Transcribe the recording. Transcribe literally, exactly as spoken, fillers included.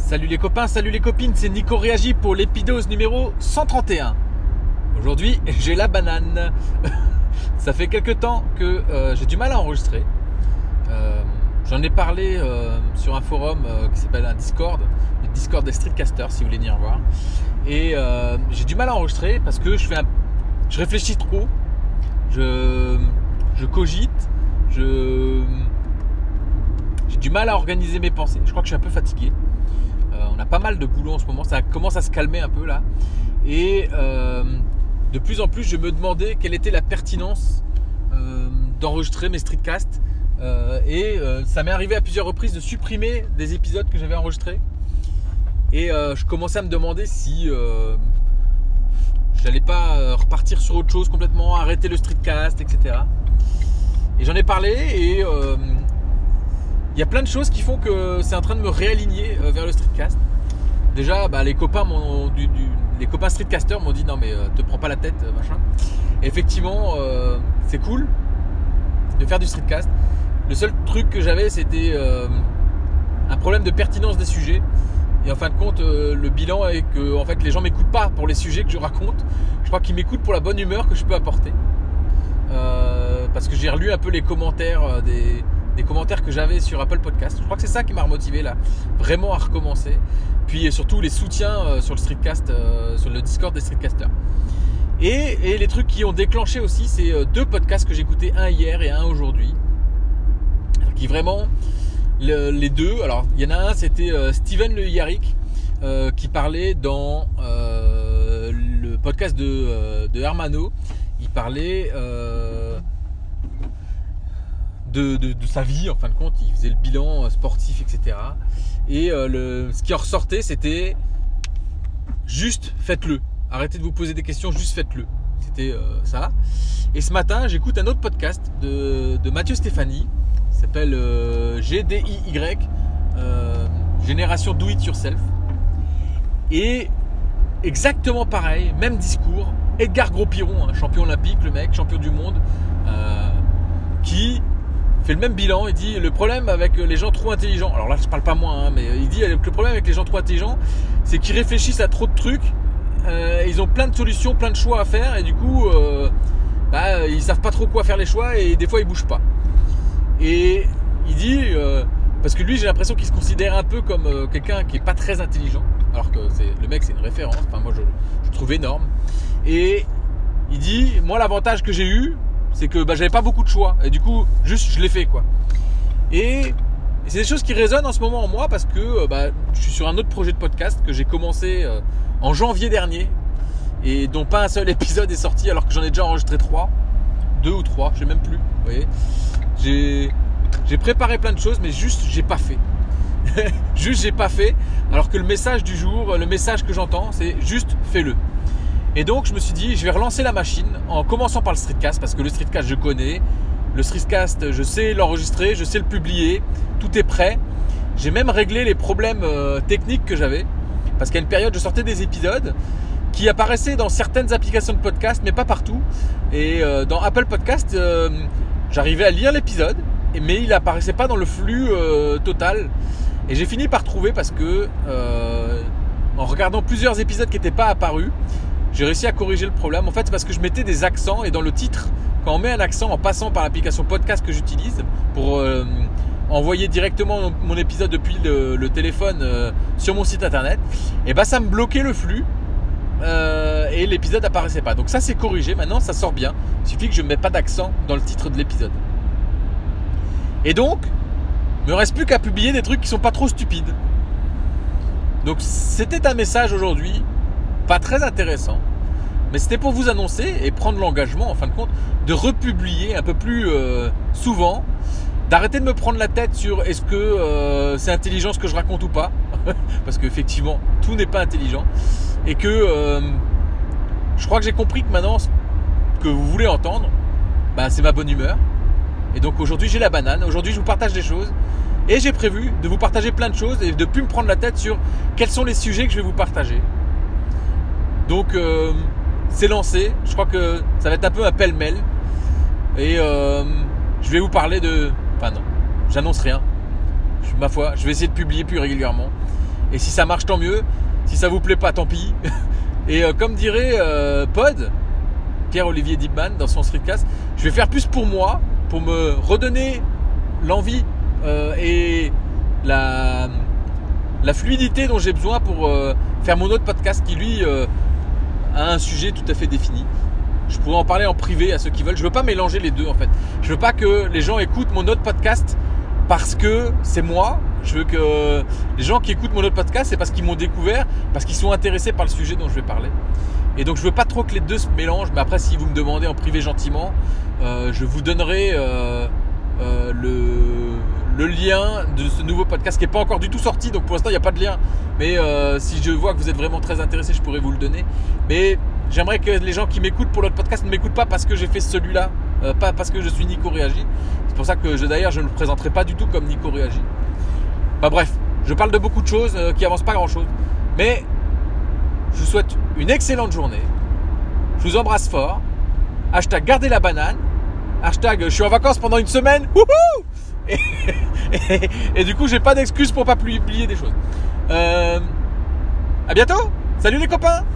Salut les copains, salut les copines, c'est Nico Réagi pour l'épidose numéro cent trente et un. Aujourd'hui, j'ai la banane. Ça fait quelques temps que euh, j'ai du mal à enregistrer. Euh, j'en ai parlé euh, sur un forum euh, qui s'appelle un Discord, le Discord des Streetcasters si vous voulez venir voir. Et euh, j'ai du mal à enregistrer parce que je fais un, je réfléchis trop, je, je cogite, je, j'ai du mal à organiser mes pensées. Je crois que je suis un peu fatigué. Euh, on a pas mal de boulot en ce moment, ça commence à se calmer un peu là. Et euh, de plus en plus, je me demandais quelle était la pertinence euh, d'enregistrer mes streetcasts. Euh, et euh, ça m'est arrivé à plusieurs reprises de supprimer des épisodes que j'avais enregistrés. Et euh, je commençais à me demander si euh, j'allais pas euh, repartir sur autre chose complètement, arrêter le streetcast, et cetera. Et j'en ai parlé et euh, il y a plein de choses qui font que c'est en train de me réaligner euh, vers le streetcast. Déjà, bah, les copains m'ont, du, du, les copains streetcasters m'ont dit non mais euh, te prends pas la tête, machin. Et effectivement, euh, c'est cool de faire du streetcast. Le seul truc que j'avais, c'était euh, un problème de pertinence des sujets. Et en fin de compte, euh, le bilan est que en fait, les gens m'écoutent pas pour les sujets que je raconte. Je crois qu'ils m'écoutent pour la bonne humeur que je peux apporter. Euh, parce que j'ai relu un peu les commentaires euh, des, des commentaires que j'avais sur Apple Podcast. Je crois que c'est ça qui m'a remotivé là, vraiment à recommencer. Puis et surtout les soutiens euh, sur le streetcast, euh, sur le Discord des streetcasters. Et, et les trucs qui ont déclenché aussi, c'est euh, deux podcasts que j'ai écoutés, un hier et un aujourd'hui, qui vraiment le, les deux. Alors il y en a un, c'était euh, Steven Le Yarrick euh, qui parlait dans euh, le podcast de, euh, de Hermano. Il parlait euh, de, de, de sa vie en fin de compte. Il faisait le bilan sportif, et cetera. Et euh, le, ce qui en ressortait, c'était juste faites-le. Arrêtez de vous poser des questions, juste faites-le. C'était euh, ça. Et ce matin, j'écoute un autre podcast de, de Mathieu Stéphanie. Il s'appelle euh, G D I Y, euh, Génération Do It Yourself. Et exactement pareil, même discours. Edgar Gros-Piron, hein, champion olympique, le mec, champion du monde, euh, qui fait le même bilan. Il dit le problème avec les gens trop intelligents, alors là je parle pas moi, hein, mais il dit que le problème avec les gens trop intelligents, c'est qu'ils réfléchissent à trop de trucs, euh, ils ont plein de solutions, plein de choix à faire, et du coup, euh, bah, ils savent pas trop quoi faire les choix, et des fois ils bougent pas. Et il dit, euh, parce que lui j'ai l'impression qu'il se considère un peu comme euh, quelqu'un qui est pas très intelligent, alors que c'est, le mec c'est une référence, enfin moi je, je le trouve énorme. Et il dit, moi l'avantage que j'ai eu, c'est que bah, j'avais pas beaucoup de choix. Et du coup, juste je l'ai fait quoi. Et, et c'est des choses qui résonnent en ce moment en moi parce que bah, je suis sur un autre projet de podcast que j'ai commencé euh, en janvier dernier. Et dont pas un seul épisode est sorti alors que j'en ai déjà enregistré trois. Deux ou trois, je sais même plus. Vous voyez, j'ai, j'ai préparé plein de choses mais juste j'ai pas fait. Juste j'ai pas fait. Alors que le message du jour, le message que j'entends, c'est juste fais-le. Et donc je me suis dit je vais relancer la machine en commençant par le streetcast parce que le streetcast je connais, le streetcast je sais l'enregistrer, je sais le publier, tout est prêt. J'ai même réglé les problèmes euh, techniques que j'avais parce qu'à une période je sortais des épisodes qui apparaissaient dans certaines applications de podcast mais pas partout. Et euh, dans Apple Podcast euh, j'arrivais à lire l'épisode mais il apparaissait pas dans le flux euh, total. Et j'ai fini par trouver parce que euh, en regardant plusieurs épisodes qui n'étaient pas apparus, j'ai réussi à corriger le problème. En fait, c'est parce que je mettais des accents et dans le titre, quand on met un accent en passant par l'application podcast que j'utilise pour euh, envoyer directement mon épisode depuis le, le téléphone euh, sur mon site internet, et ben ça me bloquait le flux euh, et l'épisode apparaissait pas. Donc ça c'est corrigé. Maintenant ça sort bien. Il suffit que je ne mette pas d'accent dans le titre de l'épisode. Et donc, il me reste plus qu'à publier des trucs qui sont pas trop stupides. Donc c'était un message aujourd'hui. Pas très intéressant, mais c'était pour vous annoncer et prendre l'engagement en fin de compte de republier un peu plus euh, souvent, d'arrêter de me prendre la tête sur est-ce que euh, c'est intelligent ce que je raconte ou pas, parce qu'effectivement tout n'est pas intelligent et que euh, je crois que j'ai compris que maintenant ce que vous voulez entendre, bah, c'est ma bonne humeur. Et donc aujourd'hui j'ai la banane, aujourd'hui je vous partage des choses et j'ai prévu de vous partager plein de choses et de ne plus me prendre la tête sur quels sont les sujets que je vais vous partager. Donc euh, c'est lancé, je crois que ça va être un peu un pêle-mêle et euh, je vais vous parler de... Enfin non, j'annonce rien, je, ma foi, je vais essayer de publier plus régulièrement Et si ça marche, tant mieux. Si ça vous plaît pas, tant pis. Et euh, comme dirait euh, Pod, Pierre-Olivier Dibman dans son streetcast, je vais faire plus pour moi, pour me redonner l'envie euh, et la, la fluidité dont j'ai besoin pour euh, faire mon autre podcast qui lui euh, a un sujet tout à fait défini. Je pourrais en parler en privé à ceux qui veulent. Je veux pas mélanger les deux en fait. Je veux pas que les gens écoutent mon autre podcast parce que c'est moi. Je veux que les gens qui écoutent mon autre podcast, c'est parce qu'ils m'ont découvert, parce qu'ils sont intéressés par le sujet dont je vais parler. Et donc je veux pas trop que les deux se mélangent. Mais après, si vous me demandez en privé gentiment, euh, je vous donnerai euh, euh, le, le lien de ce nouveau podcast qui n'est pas encore du tout sorti. Donc pour l'instant, il n'y a pas de lien. Mais euh, si je vois que vous êtes vraiment très intéressés, je pourrais vous le donner. Mais j'aimerais que les gens qui m'écoutent pour l'autre podcast ne m'écoutent pas parce que j'ai fait celui-là, euh, pas parce que je suis Nico Réagi. C'est pour ça que je, d'ailleurs je ne me présenterai pas du tout comme Nico Réagi. Enfin bref, je parle de beaucoup de choses euh, qui avancent pas grand-chose. Mais je vous souhaite une excellente journée. Je vous embrasse fort. Hashtag gardez la banane. Hashtag je suis en vacances pendant une semaine. Wouhou et, et, et du coup j'ai pas d'excuses pour pas publier des choses. Euh, à bientôt. Salut les copains.